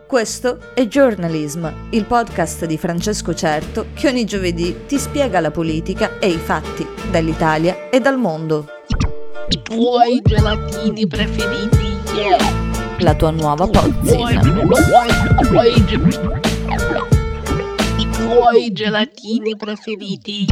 Questo è Journalism, il podcast di Francesco Certo che ogni giovedì ti spiega la politica e i fatti dall'Italia e dal mondo. I tuoi gelatini preferiti, La tua nuova pozzina. I tuoi gelatini preferiti.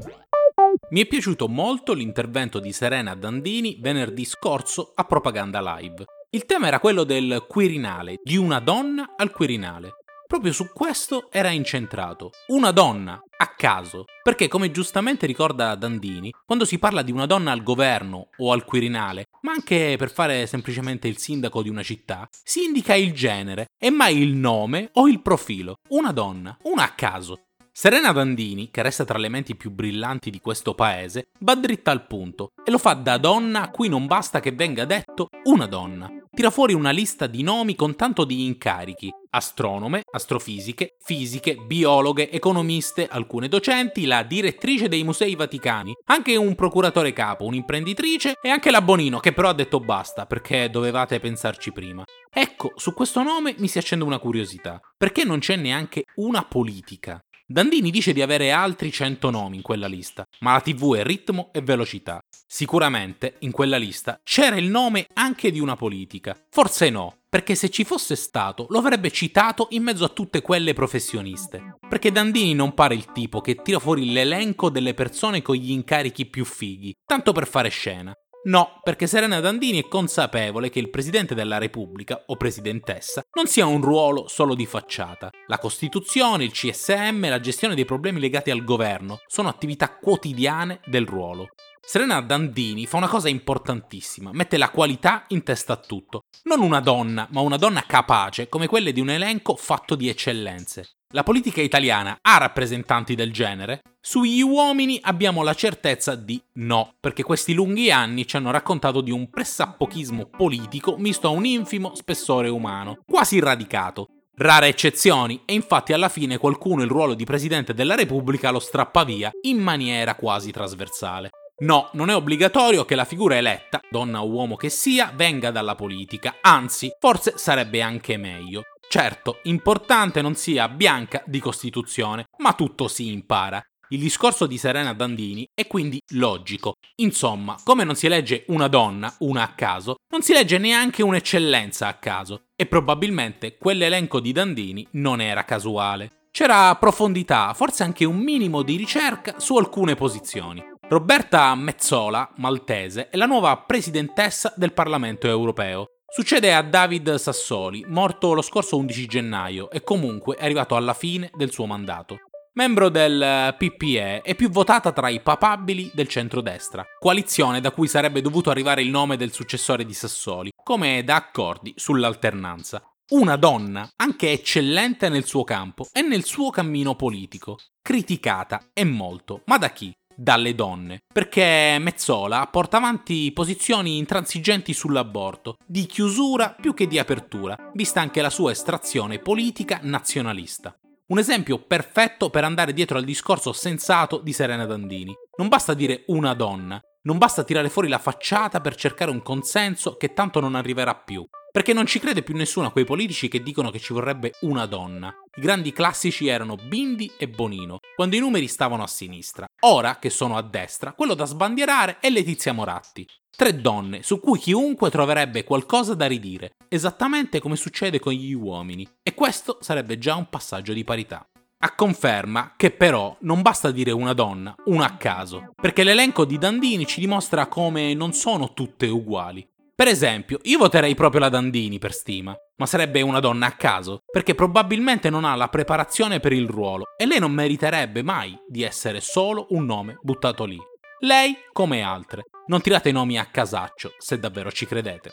Mi è piaciuto molto l'intervento di Serena Dandini venerdì scorso a Propaganda Live. Il tema era quello del Quirinale, di una donna al Quirinale. Proprio su questo era incentrato. Una donna, a caso. Perché, come giustamente ricorda Dandini, quando si parla di una donna al governo o al Quirinale, ma anche per fare semplicemente il sindaco di una città, si indica il genere e mai il nome o il profilo. Una donna, una a caso. Serena Dandini, che resta tra le menti più brillanti di questo paese, va dritta al punto e lo fa da donna a cui non basta che venga detto una donna. Tira fuori una lista di nomi con tanto di incarichi: astronome, astrofisiche, fisiche, biologhe, economiste, alcune docenti, la direttrice dei musei vaticani, anche un procuratore capo, un'imprenditrice e anche la Bonino, che però ha detto basta perché dovevate pensarci prima. Ecco, su questo nome mi si accende una curiosità: perché non c'è neanche una politica? Dandini dice di avere altri 100 nomi in quella lista, ma la TV è ritmo e velocità. Sicuramente in quella lista c'era il nome anche di una politica. Forse no, perché se ci fosse stato lo avrebbe citato in mezzo a tutte quelle professioniste. Perché Dandini non pare il tipo che tira fuori l'elenco delle persone con gli incarichi più fighi, tanto per fare scena. No, perché Serena Dandini è consapevole che il Presidente della Repubblica, o Presidentessa, non sia un ruolo solo di facciata. La Costituzione, il CSM, la gestione dei problemi legati al governo sono attività quotidiane del ruolo. Serena Dandini fa una cosa importantissima: mette la qualità in testa a tutto. Non una donna, ma una donna capace, come quelle di un elenco fatto di eccellenze. La politica italiana ha rappresentanti del genere? Sugli uomini abbiamo la certezza di no, perché questi lunghi anni ci hanno raccontato di un pressappochismo politico misto a un infimo spessore umano, quasi radicato. Rare eccezioni, e infatti alla fine qualcuno il ruolo di Presidente della Repubblica lo strappa via in maniera quasi trasversale. No, non è obbligatorio che la figura eletta, donna o uomo che sia, venga dalla politica, anzi, forse sarebbe anche meglio. Certo, importante non sia bianca di costituzione, ma tutto si impara. Il discorso di Serena Dandini è quindi logico. Insomma, come non si elegge una donna, una a caso, non si elegge neanche un'eccellenza a caso. E probabilmente quell'elenco di Dandini non era casuale. C'era profondità, forse anche un minimo di ricerca su alcune posizioni. Roberta Metsola, maltese, è la nuova presidentessa del Parlamento europeo. Succede a David Sassoli, morto lo scorso 11 gennaio e comunque è arrivato alla fine del suo mandato. Membro del PPE, è più votata tra i papabili del centrodestra, coalizione da cui sarebbe dovuto arrivare il nome del successore di Sassoli, come da accordi sull'alternanza. Una donna, anche eccellente nel suo campo e nel suo cammino politico, criticata e molto, ma da chi? Dalle donne, perché Metsola porta avanti posizioni intransigenti sull'aborto, di chiusura più che di apertura, vista anche la sua estrazione politica nazionalista. Un esempio perfetto per andare dietro al discorso sensato di Serena Dandini. Non basta dire una donna, non basta tirare fuori la facciata per cercare un consenso che tanto non arriverà più. Perché non ci crede più nessuno a quei politici che dicono che ci vorrebbe una donna. I grandi classici erano Bindi e Bonino, quando i numeri stavano a sinistra. Ora, che sono a destra, quello da sbandierare è Letizia Moratti. 3 donne su cui chiunque troverebbe qualcosa da ridire, esattamente come succede con gli uomini. E questo sarebbe già un passaggio di parità. A conferma che però non basta dire una donna, una a caso, perché l'elenco di Dandini ci dimostra come non sono tutte uguali. Per esempio, io voterei proprio la Dandini per stima, ma sarebbe una donna a caso, perché probabilmente non ha la preparazione per il ruolo e lei non meriterebbe mai di essere solo un nome buttato lì. Lei, come altre. Non tirate i nomi a casaccio, se davvero ci credete.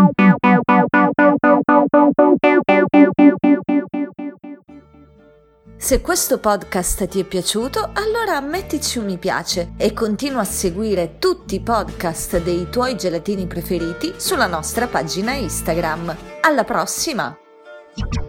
Se questo podcast ti è piaciuto, allora mettici un mi piace e continua a seguire tutti i podcast dei tuoi gelatini preferiti sulla nostra pagina Instagram. Alla prossima!